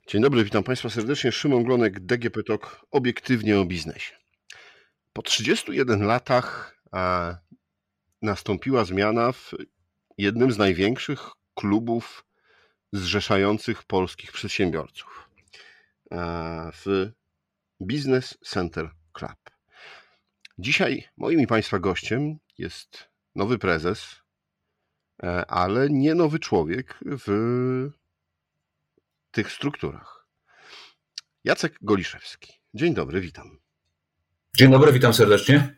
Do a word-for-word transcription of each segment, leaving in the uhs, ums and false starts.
Dzień dobry, witam Państwa serdecznie. Szymon Glonek, D G P Talk, obiektywnie o biznesie. Po trzydziestu jeden latach a, nastąpiła zmiana w jednym z największych klubów zrzeszających polskich przedsiębiorców, a, w Business Center Club. Dzisiaj moim i Państwa gościem jest nowy prezes, a, ale nie nowy człowiek w tych strukturach. Jacek Goliszewski. Dzień dobry, witam. Dzień dobry, witam serdecznie.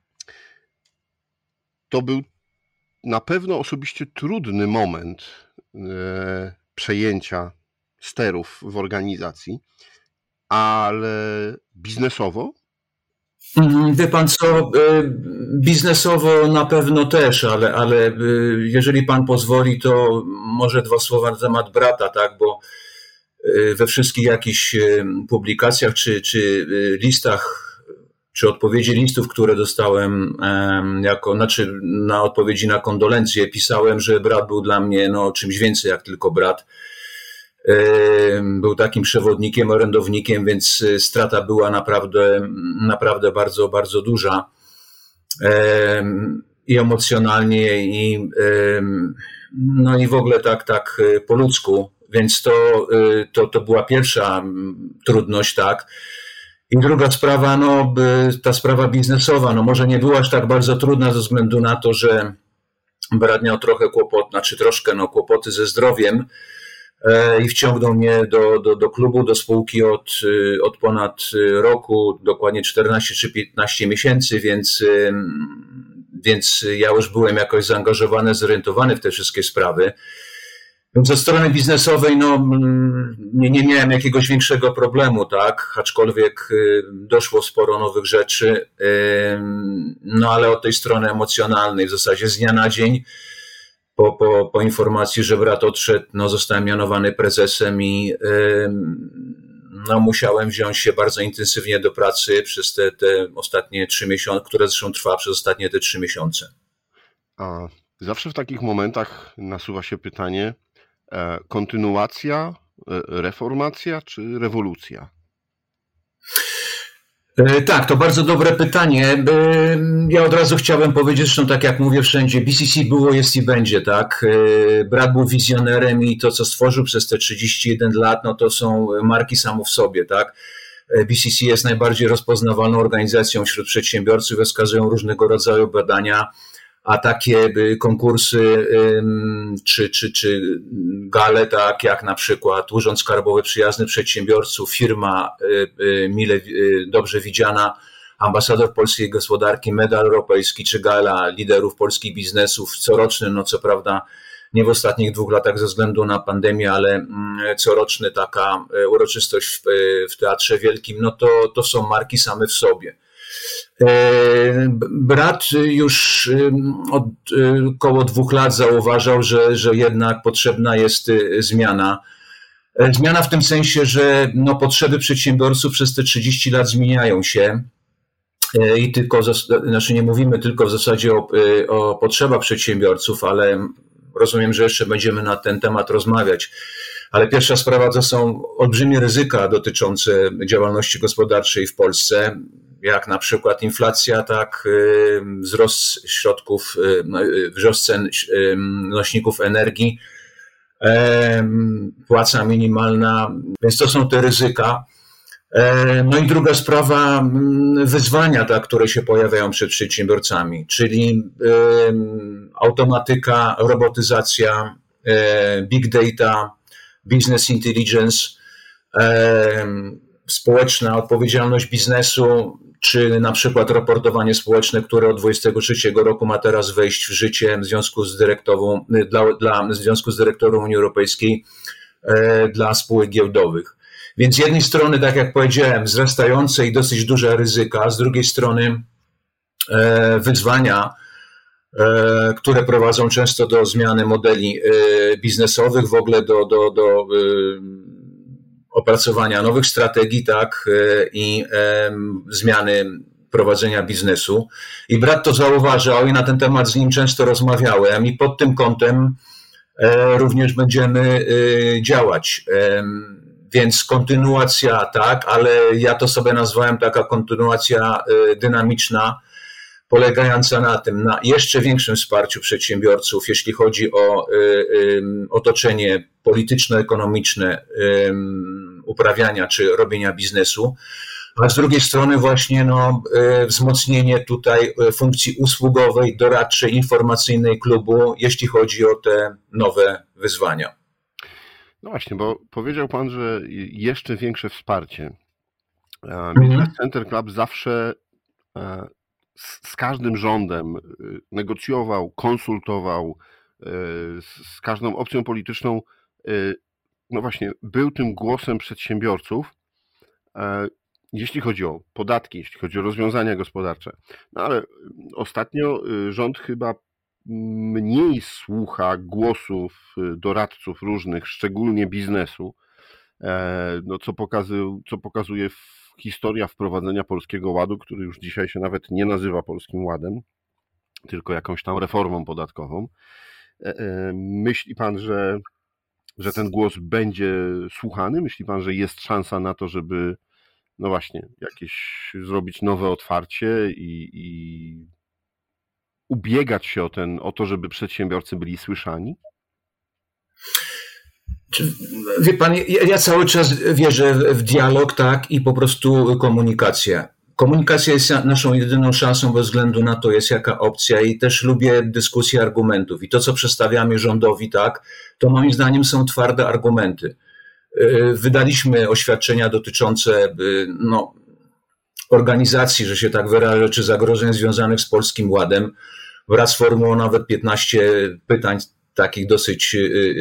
To był na pewno osobiście trudny moment e, przejęcia sterów w organizacji, ale biznesowo? Wie pan co, biznesowo na pewno też, ale, ale jeżeli pan pozwoli, to może dwa słowa na temat brata, tak, bo we wszystkich jakichś publikacjach czy, czy listach, czy odpowiedzi listów, które dostałem jako, znaczy na odpowiedzi na kondolencje, pisałem, że brat był dla mnie no, czymś więcej jak tylko brat. Był takim przewodnikiem, orędownikiem, więc strata była naprawdę, naprawdę bardzo, bardzo duża i emocjonalnie, i, no i w ogóle tak, tak po ludzku. Więc to, to, to była pierwsza trudność, tak. I druga sprawa, no ta sprawa biznesowa, no może nie była aż tak bardzo trudna ze względu na to, że brat miał trochę kłopot, znaczy troszkę no, kłopoty ze zdrowiem i wciągnął mnie do, do, do klubu, do spółki od, od ponad roku, dokładnie czternaście czy piętnaście miesięcy, więc, więc ja już byłem jakoś zaangażowany, zorientowany w te wszystkie sprawy. Ze strony biznesowej no, nie, nie miałem jakiegoś większego problemu, tak, aczkolwiek doszło sporo nowych rzeczy, no ale od tej strony emocjonalnej w zasadzie z dnia na dzień po, po, po informacji, że brat odszedł, no, zostałem mianowany prezesem i no, musiałem wziąć się bardzo intensywnie do pracy przez te, te ostatnie trzy miesiące, które zresztą trwa przez ostatnie te trzy miesiące. A zawsze w takich momentach nasuwa się pytanie, kontynuacja, reformacja czy rewolucja? Tak, to bardzo dobre pytanie. Ja od razu chciałem powiedzieć, zresztą tak jak mówię wszędzie, B C C było, jest i będzie, tak. Brat był wizjonerem i to, co stworzył przez te trzydzieści jeden lat, no to są marki samo w sobie, tak. B C C jest najbardziej rozpoznawalną organizacją wśród przedsiębiorców, wskazują różnego rodzaju badania, a takie konkursy czy, czy, czy gale, tak jak na przykład Urząd Skarbowy Przyjazny Przedsiębiorców, firma mile dobrze widziana, ambasador polskiej gospodarki, medal europejski, czy gala liderów polskich biznesów coroczny, no co prawda nie w ostatnich dwóch latach ze względu na pandemię, ale coroczny taka uroczystość w, w Teatrze Wielkim, no to, to są marki same w sobie. Brat już od około dwóch lat zauważał, że, że jednak potrzebna jest zmiana. Zmiana w tym sensie, że no, potrzeby przedsiębiorców przez te trzydzieści lat zmieniają się i tylko, znaczy nie mówimy tylko w zasadzie o, o potrzebach przedsiębiorców, ale rozumiem, że jeszcze będziemy na ten temat rozmawiać. Ale pierwsza sprawa to są olbrzymie ryzyka dotyczące działalności gospodarczej w Polsce, jak na przykład inflacja, tak, wzrost środków, wzrost cen nośników energii, płaca minimalna, więc to są te ryzyka. No i druga sprawa, wyzwania, tak, które się pojawiają przed przedsiębiorcami, czyli automatyka, robotyzacja, big data, business intelligence, społeczna odpowiedzialność biznesu, czy na przykład raportowanie społeczne, które od dwudziestego trzeciego roku ma teraz wejść w życie w związku z dyrektową, dla, dla, w związku z dyrektorą Unii Europejskiej e, dla spółek giełdowych. Więc z jednej strony, tak jak powiedziałem, wzrastające i dosyć duże ryzyka, z drugiej strony e, wyzwania, e, które prowadzą często do zmiany modeli e, biznesowych, w ogóle do, do, do e, opracowania nowych strategii, tak, i e, zmiany prowadzenia biznesu. I brat to zauważał i na ten temat z nim często rozmawiałem i pod tym kątem e, również będziemy e, działać. E, Więc kontynuacja tak, ale ja to sobie nazwałem taka kontynuacja dynamiczna, polegająca na tym, na jeszcze większym wsparciu przedsiębiorców, jeśli chodzi o otoczenie polityczno-ekonomiczne uprawiania czy robienia biznesu, a z drugiej strony właśnie no, wzmocnienie tutaj funkcji usługowej, doradczej, informacyjnej klubu, jeśli chodzi o te nowe wyzwania. No właśnie, bo powiedział Pan, że jeszcze większe wsparcie. Business Center Club zawsze z każdym rządem negocjował, konsultował, z każdą opcją polityczną, no właśnie, był tym głosem przedsiębiorców, jeśli chodzi o podatki, jeśli chodzi o rozwiązania gospodarcze. No ale ostatnio rząd chyba mniej słucha głosów doradców różnych, szczególnie biznesu, no co, pokazu, co pokazuje historia wprowadzenia Polskiego Ładu, który już dzisiaj się nawet nie nazywa Polskim Ładem, tylko jakąś tam reformą podatkową. Myśli Pan, że, że ten głos będzie słuchany? Myśli Pan, że jest szansa na to, żeby no właśnie jakieś zrobić nowe otwarcie i, i ubiegać się o, ten, o to, żeby przedsiębiorcy byli słyszani? Wie pan, ja, ja cały czas wierzę w dialog, tak, i po prostu komunikację. Komunikacja jest naszą jedyną szansą bez względu na to, jest jaka opcja, i też lubię dyskusję argumentów. I to, co przedstawiamy rządowi, tak, to moim zdaniem są twarde argumenty. Wydaliśmy oświadczenia dotyczące no, organizacji, że się tak wyrażę, czy zagrożeń związanych z Polskim Ładem. Wraz z formułą nawet piętnaście pytań, takich dosyć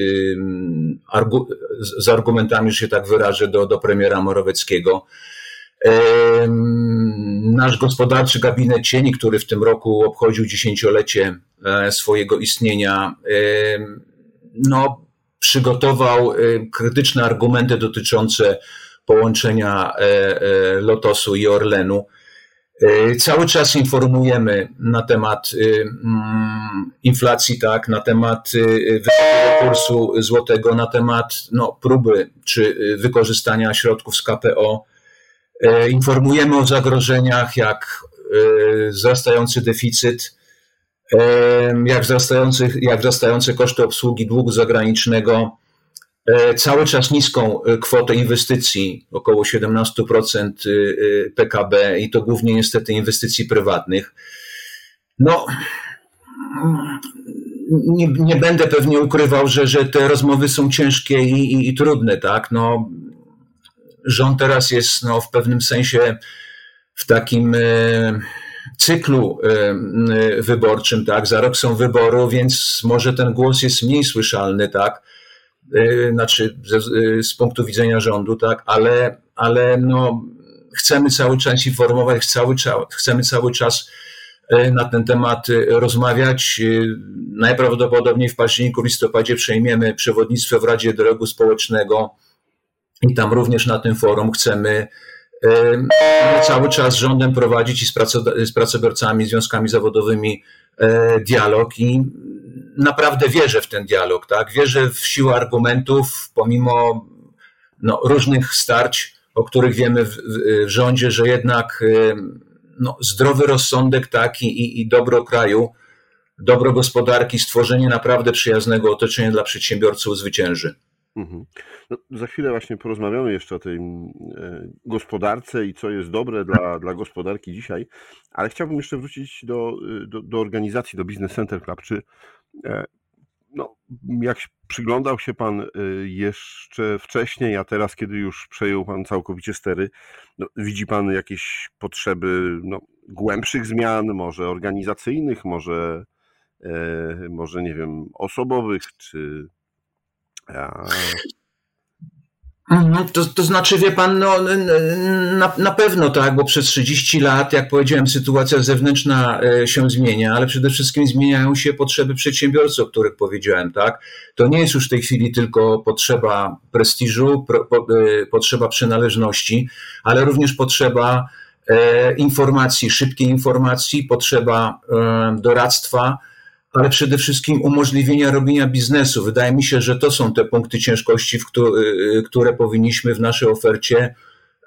z argumentami, że się tak wyrażę, do, do premiera Morawieckiego. Nasz gospodarczy gabinet cieni, który w tym roku obchodził dziesięciolecie swojego istnienia, no, przygotował krytyczne argumenty dotyczące połączenia Lotosu i Orlenu. Cały czas informujemy na temat inflacji, tak, na temat wysokiego kursu złotego, na temat no, próby czy wykorzystania środków z K P O. Informujemy o zagrożeniach, jak wzrastający deficyt, jak wzrastające, jak wzrastające koszty obsługi długu zagranicznego, cały czas niską kwotę inwestycji, około siedemnaście procent P K B, i to głównie niestety inwestycji prywatnych. No, nie, nie będę pewnie ukrywał, że, że te rozmowy są ciężkie i, i, i trudne, tak? No, rząd teraz jest no, w pewnym sensie w takim cyklu wyborczym, tak? Za rok są wybory, więc może ten głos jest mniej słyszalny, tak? Znaczy z, z punktu widzenia rządu, tak, ale, ale no, chcemy cały czas informować, cały, chcemy cały czas na ten temat rozmawiać. Najprawdopodobniej w październiku, listopadzie przejmiemy przewodnictwo w Radzie Dialogu Społecznego i tam również na tym forum chcemy cały czas z rządem prowadzić i z pracodawcami, związkami zawodowymi dialog, i naprawdę wierzę w ten dialog, tak? Wierzę w siłę argumentów, pomimo no, różnych starć, o których wiemy w, w, w rządzie, że jednak no, zdrowy rozsądek, tak, i, i dobro kraju, dobro gospodarki, stworzenie naprawdę przyjaznego otoczenia dla przedsiębiorców zwycięży. Mhm. No, za chwilę właśnie porozmawiamy jeszcze o tej gospodarce i co jest dobre dla, dla gospodarki dzisiaj, ale chciałbym jeszcze wrócić do, do, do organizacji, do Business Center Club. Czy no, jak przyglądał się Pan jeszcze wcześniej, a teraz, kiedy już przejął Pan całkowicie stery, no, widzi Pan jakieś potrzeby no, głębszych zmian, może organizacyjnych, może, e, może nie wiem, osobowych, czy... Ja... To, to znaczy, wie pan, no, na, na pewno tak, bo przez trzydzieści lat, jak powiedziałem, sytuacja zewnętrzna się zmienia, ale przede wszystkim zmieniają się potrzeby przedsiębiorców, o których powiedziałem, tak. To nie jest już w tej chwili tylko potrzeba prestiżu, pro, po, potrzeba przynależności, ale również potrzeba e, informacji, szybkiej informacji, potrzeba e, doradztwa, ale przede wszystkim umożliwienia robienia biznesu. Wydaje mi się, że to są te punkty ciężkości, które powinniśmy w naszej ofercie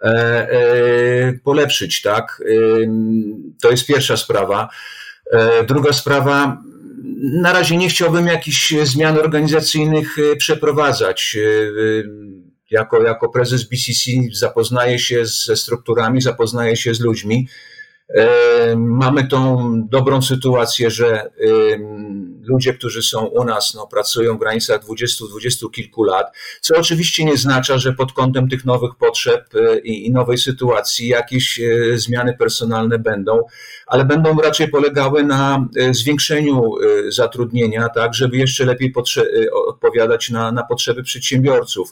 polepszyć, tak? To jest pierwsza sprawa. Druga sprawa, na razie nie chciałbym jakichś zmian organizacyjnych przeprowadzać. Jako, jako prezes B C C zapoznaję się ze strukturami, zapoznaję się z ludźmi. Mamy tą dobrą sytuację, że ludzie, którzy są u nas, no, pracują w granicach dwudziestu, dwudziestu kilku lat, co oczywiście nie oznacza, że pod kątem tych nowych potrzeb i, i nowej sytuacji jakieś zmiany personalne będą, ale będą raczej polegały na zwiększeniu zatrudnienia, tak, żeby jeszcze lepiej potrze- odpowiadać na, na potrzeby przedsiębiorców.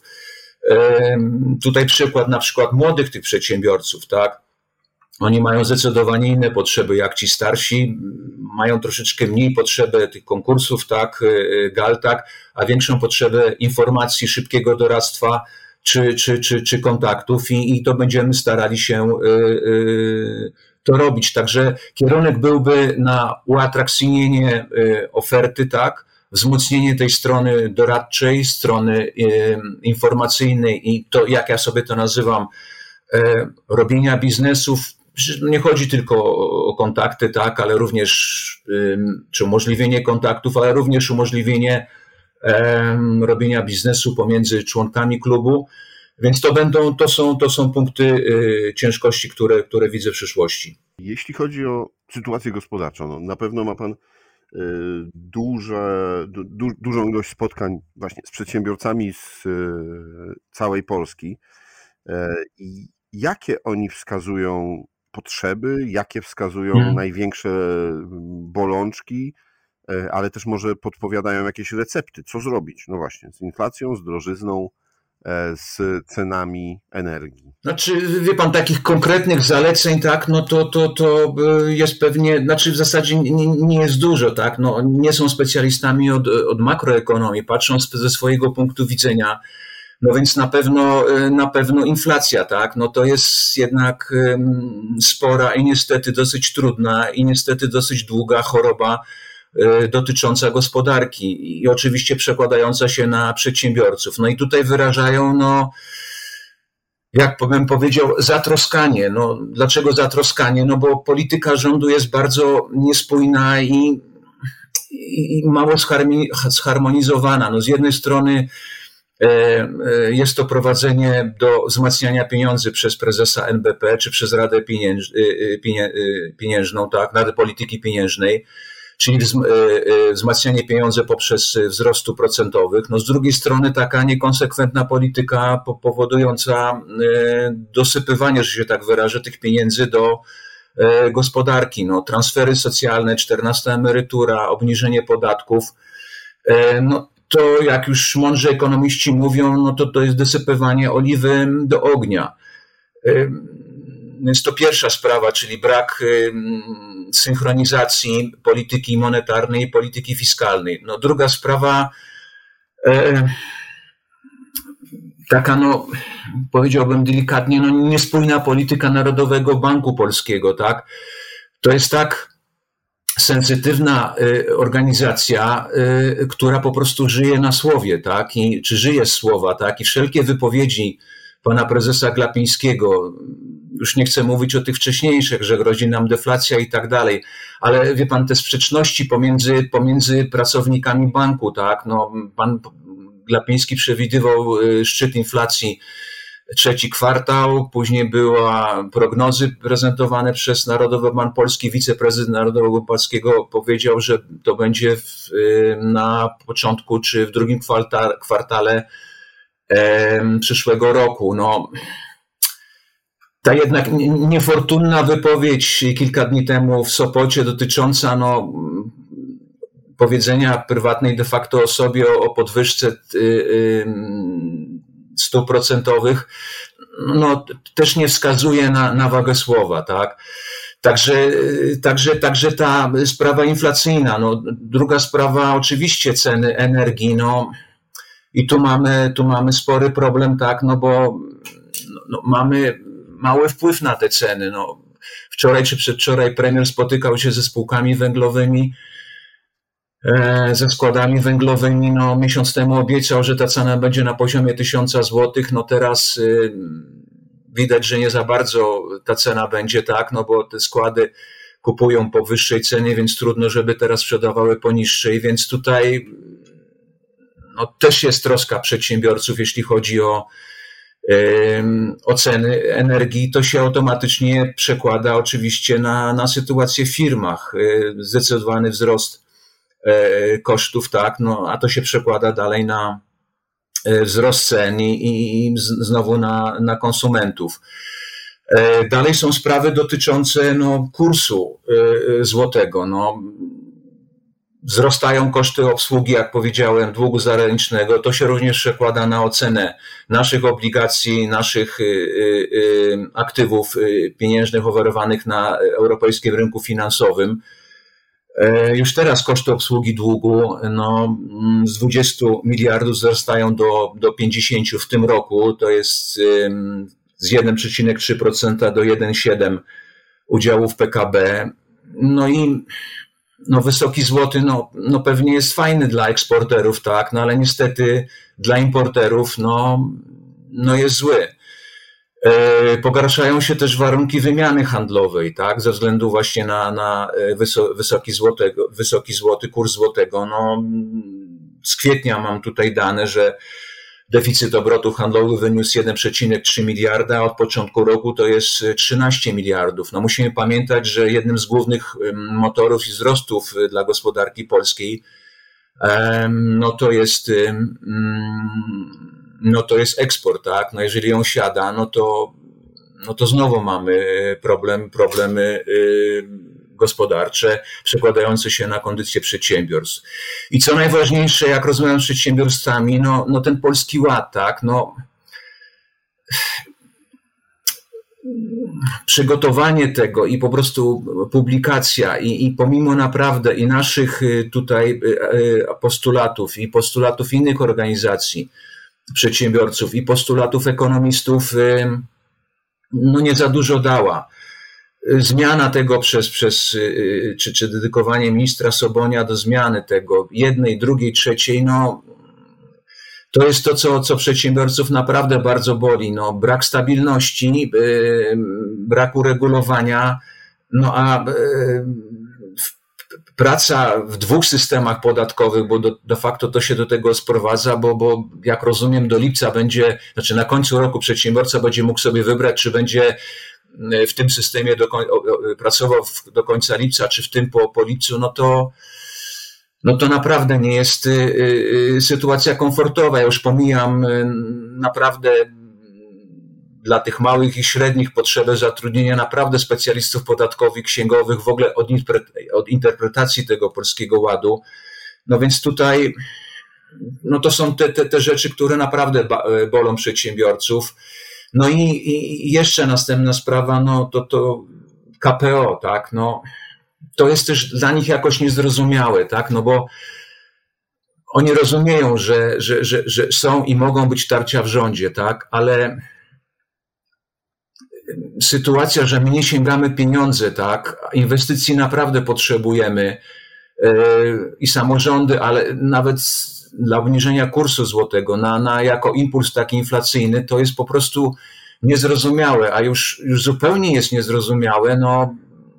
Tutaj przykład na przykład młodych tych przedsiębiorców, tak. Oni mają zdecydowanie inne potrzeby, jak ci starsi, mają troszeczkę mniej potrzeby tych konkursów, tak, gal, tak, a większą potrzebę informacji, szybkiego doradztwa czy, czy, czy, czy kontaktów i, i to będziemy starali się y, y, to robić. Także kierunek byłby na uatrakcyjnienie y, oferty, tak, wzmocnienie tej strony doradczej, strony y, informacyjnej i to, jak ja sobie to nazywam, y, robienia biznesów. Nie chodzi tylko o kontakty, tak, ale również, czy umożliwienie kontaktów, ale również umożliwienie um, robienia biznesu pomiędzy członkami klubu, więc to będą, to są, to są punkty y, ciężkości, które, które widzę w przyszłości. Jeśli chodzi o sytuację gospodarczą, no, na pewno ma Pan y, duże, du, dużą ilość spotkań właśnie z przedsiębiorcami z y, całej Polski. Y, i jakie oni wskazują potrzeby, jakie wskazują hmm. największe bolączki, ale też może podpowiadają jakieś recepty, co zrobić, no właśnie, z inflacją, z drożyzną, z cenami energii. Znaczy, wie pan, takich konkretnych zaleceń, tak, no to, to, to jest pewnie, znaczy w zasadzie nie, nie jest dużo, tak, no nie są specjalistami od, od makroekonomii, patrząc ze swojego punktu widzenia. No więc na pewno, na pewno inflacja, tak, no to jest jednak spora i niestety dosyć trudna i niestety dosyć długa choroba dotycząca gospodarki i oczywiście przekładająca się na przedsiębiorców. No i tutaj wyrażają, no, jak bym powiedział, zatroskanie. No, dlaczego zatroskanie? No bo polityka rządu jest bardzo niespójna i, i mało zharmonizowana. No z jednej strony jest to prowadzenie do wzmacniania pieniędzy przez prezesa N B P czy przez Radę Pienięż, Pieniężną, tak, Radę Polityki Pieniężnej, czyli wzmacnianie pieniędzy poprzez wzrost stóp procentowych. No z drugiej strony taka niekonsekwentna polityka powodująca dosypywanie, że się tak wyrażę, tych pieniędzy do gospodarki. No, transfery socjalne, czternasta emerytura, obniżenie podatków. No, to jak już mądrzy ekonomiści mówią, no to to jest dosypywanie oliwy do ognia. Jest to pierwsza sprawa, czyli brak synchronizacji polityki monetarnej i polityki fiskalnej. No druga sprawa, taka, no powiedziałbym delikatnie, no niespójna polityka Narodowego Banku Polskiego, tak? To jest tak sensytywna organizacja, która po prostu żyje na słowie, tak? I, czy żyje z słowa, tak? I wszelkie wypowiedzi pana prezesa Glapińskiego, już nie chcę mówić o tych wcześniejszych, że grozi nam deflacja i tak dalej, ale wie pan, te sprzeczności pomiędzy, pomiędzy pracownikami banku, tak? No, pan Glapiński przewidywał szczyt inflacji trzeci kwartał, później była prognozy prezentowane przez Narodowy Bank Polski, wiceprezydent Narodowego Banku Polskiego powiedział, że to będzie w, na początku czy w drugim kwartale, kwartale e, przyszłego roku. No, ta jednak niefortunna wypowiedź kilka dni temu w Sopocie dotycząca no, powiedzenia prywatnej de facto osobie o, o podwyżce y, y, stóp procentowych, no też nie wskazuje na, na wagę słowa, tak? Także, także, także ta sprawa inflacyjna, no druga sprawa oczywiście ceny energii, no i tu mamy, tu mamy spory problem, tak, no bo no, mamy mały wpływ na te ceny, no wczoraj czy przedwczoraj premier spotykał się ze spółkami węglowymi. ze składami węglowymi. No, miesiąc temu obiecał, że ta cena będzie na poziomie tysiąca złotych. No teraz widać, że nie za bardzo ta cena będzie, tak, no bo te składy kupują po wyższej cenie, więc trudno, żeby teraz sprzedawały po niższej, więc tutaj no, też jest troska przedsiębiorców, jeśli chodzi o, um, o ceny energii. To się automatycznie przekłada oczywiście na, na sytuację w firmach. Zdecydowany wzrost e, kosztów, tak, no, a to się przekłada dalej na e, wzrost cen i, i znowu na, na konsumentów. E, dalej są sprawy dotyczące no, kursu e, złotego. No, wzrastają koszty obsługi, jak powiedziałem, długu zagranicznego. To się również przekłada na ocenę naszych obligacji, naszych aktywów pieniężnych oferowanych na europejskim rynku finansowym. Już teraz koszty obsługi długu no, z dwudziestu miliardów wzrastają do, do pięćdziesięciu w tym roku. To jest z jeden przecinek trzy procent do jeden przecinek siedem procent udziału w P K B. No i no wysoki złoty no, no pewnie jest fajny dla eksporterów, tak, no ale niestety dla importerów no, no jest zły. E, pogarszają się też warunki wymiany handlowej, tak, ze względu właśnie na, na wysoki, złotego, wysoki złoty, kurs złotego. No, z kwietnia mam tutaj dane, że deficyt obrotów handlowych wyniósł jeden przecinek trzy miliarda, a od początku roku to jest trzynaście miliardów. No musimy pamiętać, że jednym z głównych motorów i wzrostów dla gospodarki polskiej no to jest, no to jest eksport, tak? No jeżeli on siada, no to, no to znowu mamy problem, problemy gospodarcze przekładające się na kondycję przedsiębiorstw. I co najważniejsze, jak rozmawiam z przedsiębiorstwami, no, no ten Polski Ład, tak, no przygotowanie tego i po prostu publikacja i, i pomimo naprawdę i naszych tutaj postulatów i postulatów innych organizacji przedsiębiorców i postulatów ekonomistów no nie za dużo dała. Zmiana tego przez, przez czy, czy dedykowanie ministra Sobonia do zmiany tego jednej, drugiej, trzeciej, no to jest to, co, co przedsiębiorców naprawdę bardzo boli. No, brak stabilności, yy, brak uregulowania, no a yy, praca w dwóch systemach podatkowych, bo do, de facto to się do tego sprowadza, bo, bo jak rozumiem do lipca będzie, znaczy na końcu roku przedsiębiorca będzie mógł sobie wybrać, czy będzie w tym systemie do koń, pracował do końca lipca, czy w tym po, po lipcu, no to, no to naprawdę nie jest sytuacja komfortowa. Ja już pomijam naprawdę dla tych małych i średnich potrzebę zatrudnienia naprawdę specjalistów podatkowych, księgowych, w ogóle od, od interpretacji tego Polskiego Ładu. No więc tutaj no to są te, te, te rzeczy, które naprawdę bolą przedsiębiorców. No i, i jeszcze następna sprawa, no to, to K P O, tak, no to jest też dla nich jakoś niezrozumiałe, tak, no bo oni rozumieją, że, że, że, że są i mogą być tarcia w rządzie, tak, ale sytuacja, że my nie sięgamy pieniądze, tak, inwestycji naprawdę potrzebujemy yy, i samorządy, ale nawet dla obniżenia kursu złotego na, na jako impuls taki inflacyjny, to jest po prostu niezrozumiałe, a już, już zupełnie jest niezrozumiałe, no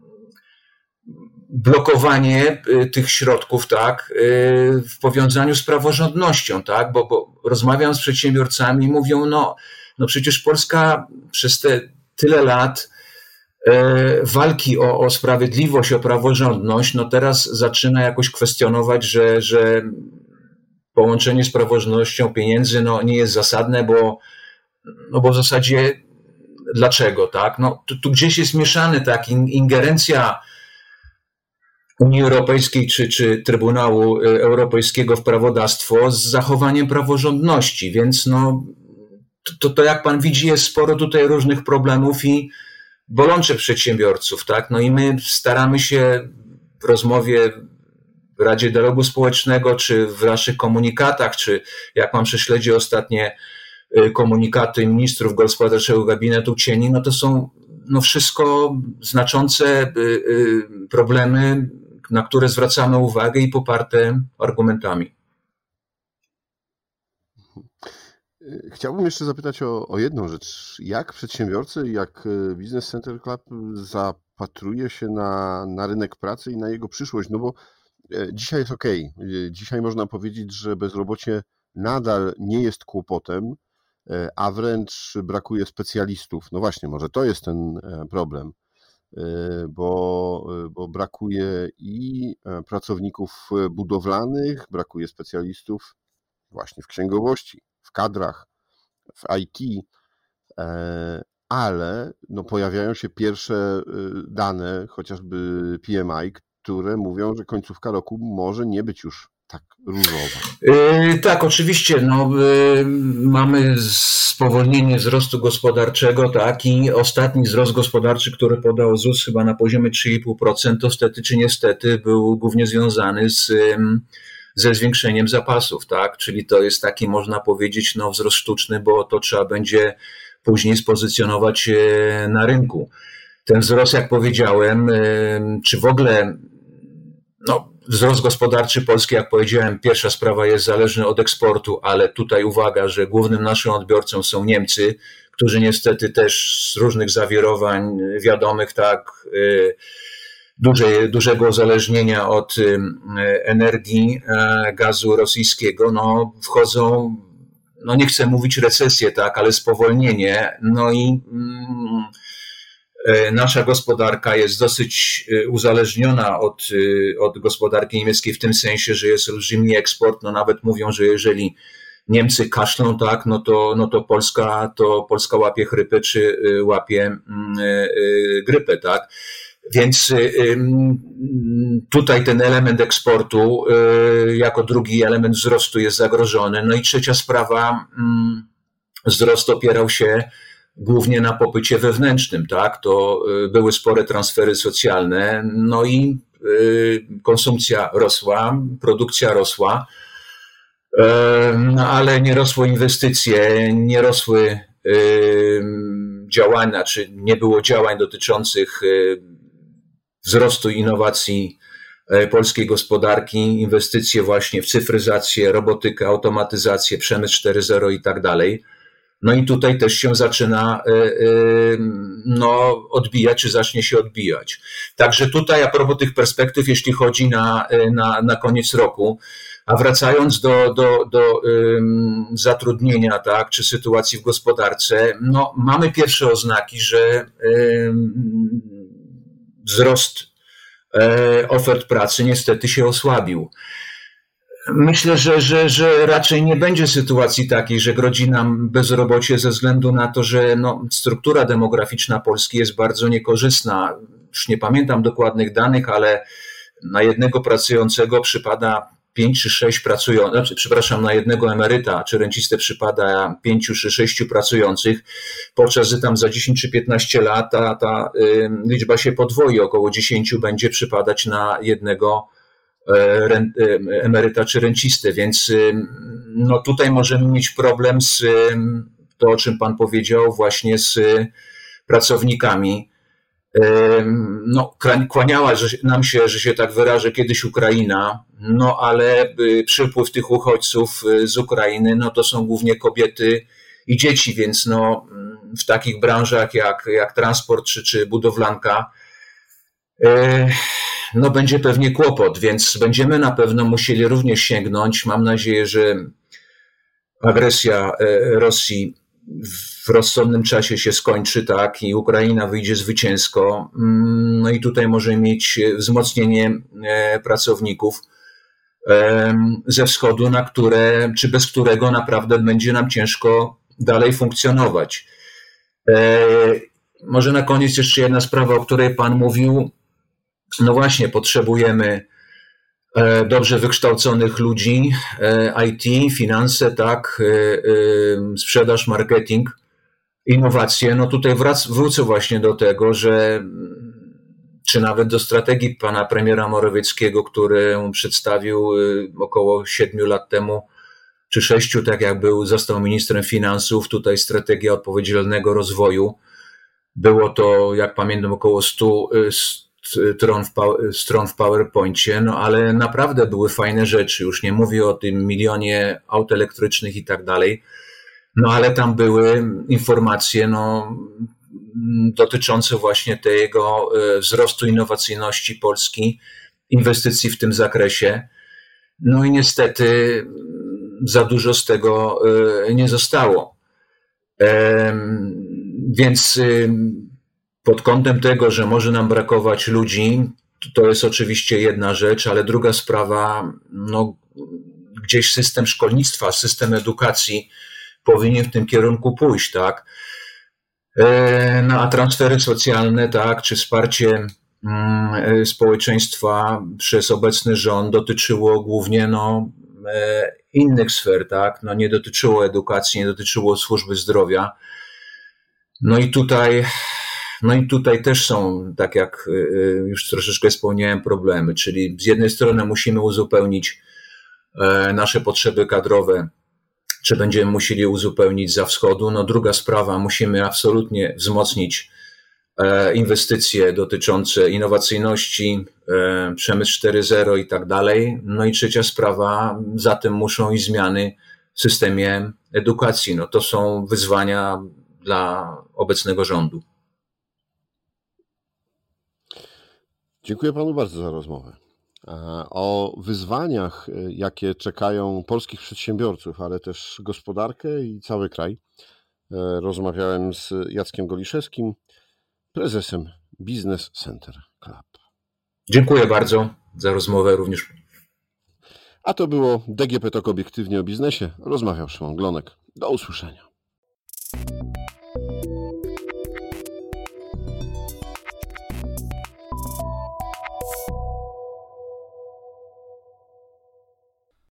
blokowanie tych środków, tak, w powiązaniu z praworządnością, tak, bo, bo rozmawiam z przedsiębiorcami i mówią, no, no przecież Polska przez te tyle lat walki o, o sprawiedliwość, o praworządność, no teraz zaczyna jakoś kwestionować, że, że połączenie z praworządnością pieniędzy no, nie jest zasadne, bo, no bo w zasadzie dlaczego, tak? No, tu, tu gdzieś jest mieszany tak, ingerencja Unii Europejskiej czy, czy Trybunału Europejskiego w prawodawstwo z zachowaniem praworządności, więc no, to, to jak pan widzi jest sporo tutaj różnych problemów i bolączek przedsiębiorców, tak? No i my staramy się w rozmowie w Radzie Dialogu Społecznego, czy w naszych komunikatach, czy jak mam przy śledzie ostatnie komunikaty ministrów gospodarczego gabinetu cieni, no to są no wszystko znaczące problemy, na które zwracamy uwagę i poparte argumentami. Chciałbym jeszcze zapytać o, o jedną rzecz. Jak przedsiębiorcy, jak Business Center Club zapatruje się na, na rynek pracy i na jego przyszłość? No bo dzisiaj jest ok. Dzisiaj można powiedzieć, że bezrobocie nadal nie jest kłopotem, a wręcz brakuje specjalistów. No właśnie, może to jest ten problem, bo, bo brakuje i pracowników budowlanych, brakuje specjalistów właśnie w księgowości, w kadrach, w I T, ale no pojawiają się pierwsze dane, chociażby P M I, które mówią, że końcówka roku może nie być już tak różowa. Yy, tak, oczywiście. No, yy, mamy spowolnienie wzrostu gospodarczego, tak, i ostatni wzrost gospodarczy, który podał Z U S chyba na poziomie trzy i pół procent, to stety czy niestety był głównie związany z, yy, ze zwiększeniem zapasów, tak, czyli to jest taki, można powiedzieć, no, wzrost sztuczny, bo to trzeba będzie później spozycjonować yy, na rynku. Ten wzrost, jak powiedziałem, yy, czy w ogóle, no, wzrost gospodarczy Polski, jak powiedziałem, pierwsza sprawa jest zależny od eksportu, ale tutaj uwaga, że głównym naszym odbiorcą są Niemcy, którzy niestety też z różnych zawirowań wiadomych, tak, duże, dużego uzależnienia od energii, gazu rosyjskiego, no, wchodzą, no nie chcę mówić recesję, tak, ale spowolnienie, no i mm, nasza gospodarka jest dosyć uzależniona od, od gospodarki niemieckiej w tym sensie, że jest olbrzymi eksport. No nawet mówią, że jeżeli Niemcy kaszlą, tak, no to, no to Polska, to Polska łapie chrypę czy łapie grypę, tak. Więc tutaj ten element eksportu jako drugi element wzrostu jest zagrożony. No i trzecia sprawa, wzrost opierał się głównie na popycie wewnętrznym, tak, to były spore transfery socjalne, no i konsumpcja rosła, produkcja rosła, no ale nie rosły inwestycje, nie rosły działania, czy nie było działań dotyczących wzrostu innowacji polskiej gospodarki, inwestycje właśnie w cyfryzację, robotykę, automatyzację, przemysł cztery zero i tak dalej. No i tutaj też się zaczyna no, odbijać, czy zacznie się odbijać. Także tutaj a propos tych perspektyw, jeśli chodzi na, na, na koniec roku, a wracając do, do, do um, zatrudnienia, tak, czy sytuacji w gospodarce, no mamy pierwsze oznaki, że um, wzrost um, ofert pracy niestety się osłabił. Myślę, że, że, że raczej nie będzie sytuacji takiej, że grozi nam bezrobocie ze względu na to, że no, struktura demograficzna Polski jest bardzo niekorzystna. Już nie pamiętam dokładnych danych, ale na jednego pracującego przypada pięć czy sześć pracujących, znaczy, przepraszam, na jednego emeryta czy rencistę przypada pięciu czy sześciu pracujących, podczas gdy tam za dziesięć czy piętnaście lat ta, ta y, liczba się podwoi, około dziesięciu będzie przypadać na jednego emeryta czy rencistę, więc no tutaj możemy mieć problem z to, o czym pan powiedział, właśnie z pracownikami. No, kłaniała nam się, że się tak wyrażę, kiedyś Ukraina, no ale przypływ tych uchodźców z Ukrainy, no to są głównie kobiety i dzieci, więc no w takich branżach jak, jak transport czy, czy budowlanka, no będzie pewnie kłopot, więc będziemy na pewno musieli również sięgnąć. Mam nadzieję, że agresja Rosji w rozsądnym czasie się skończy, tak, i Ukraina wyjdzie zwycięsko. No i tutaj może mieć wzmocnienie pracowników ze wschodu, na które, czy bez którego naprawdę będzie nam ciężko dalej funkcjonować. Może na koniec jeszcze jedna sprawa, o której pan mówił. No właśnie, potrzebujemy dobrze wykształconych ludzi, I T, finanse, tak, sprzedaż, marketing, innowacje. No tutaj wrac, wrócę właśnie do tego, że czy nawet do strategii pana premiera Morawieckiego, którą przedstawił około siedmiu lat temu, czy sześciu, tak jak był, został ministrem finansów, tutaj strategia odpowiedzialnego rozwoju. Było to, jak pamiętam, około stu stron w, stron w PowerPoincie, no ale naprawdę były fajne rzeczy. Już nie mówię o tym milionie aut elektrycznych i tak dalej, no ale tam były informacje, no, dotyczące właśnie tego wzrostu innowacyjności Polski, inwestycji w tym zakresie. No i niestety za dużo z tego nie zostało. Więc pod kątem tego, że może nam brakować ludzi, to jest oczywiście jedna rzecz, ale druga sprawa, no gdzieś system szkolnictwa, system edukacji powinien w tym kierunku pójść, tak? No a transfery socjalne, tak, czy wsparcie społeczeństwa przez obecny rząd dotyczyło głównie no, innych sfer, tak? No, nie dotyczyło edukacji, nie dotyczyło służby zdrowia. No i tutaj, no i tutaj też są, tak jak już troszeczkę wspomniałem, problemy, czyli z jednej strony musimy uzupełnić nasze potrzeby kadrowe, czy będziemy musieli uzupełnić za wschodu. No druga sprawa, musimy absolutnie wzmocnić inwestycje dotyczące innowacyjności, przemysł cztery zero i tak dalej. No i trzecia sprawa, za tym muszą iść zmiany w systemie edukacji. No to są wyzwania dla obecnego rządu. Dziękuję panu bardzo za rozmowę. O wyzwaniach, jakie czekają polskich przedsiębiorców, ale też gospodarkę i cały kraj, rozmawiałem z Jackiem Goliszewskim, prezesem Business Center Club. Dziękuję bardzo za rozmowę również. A to było D G P Talk obiektywnie o biznesie. Rozmawiał Szymon Glonek. Do usłyszenia.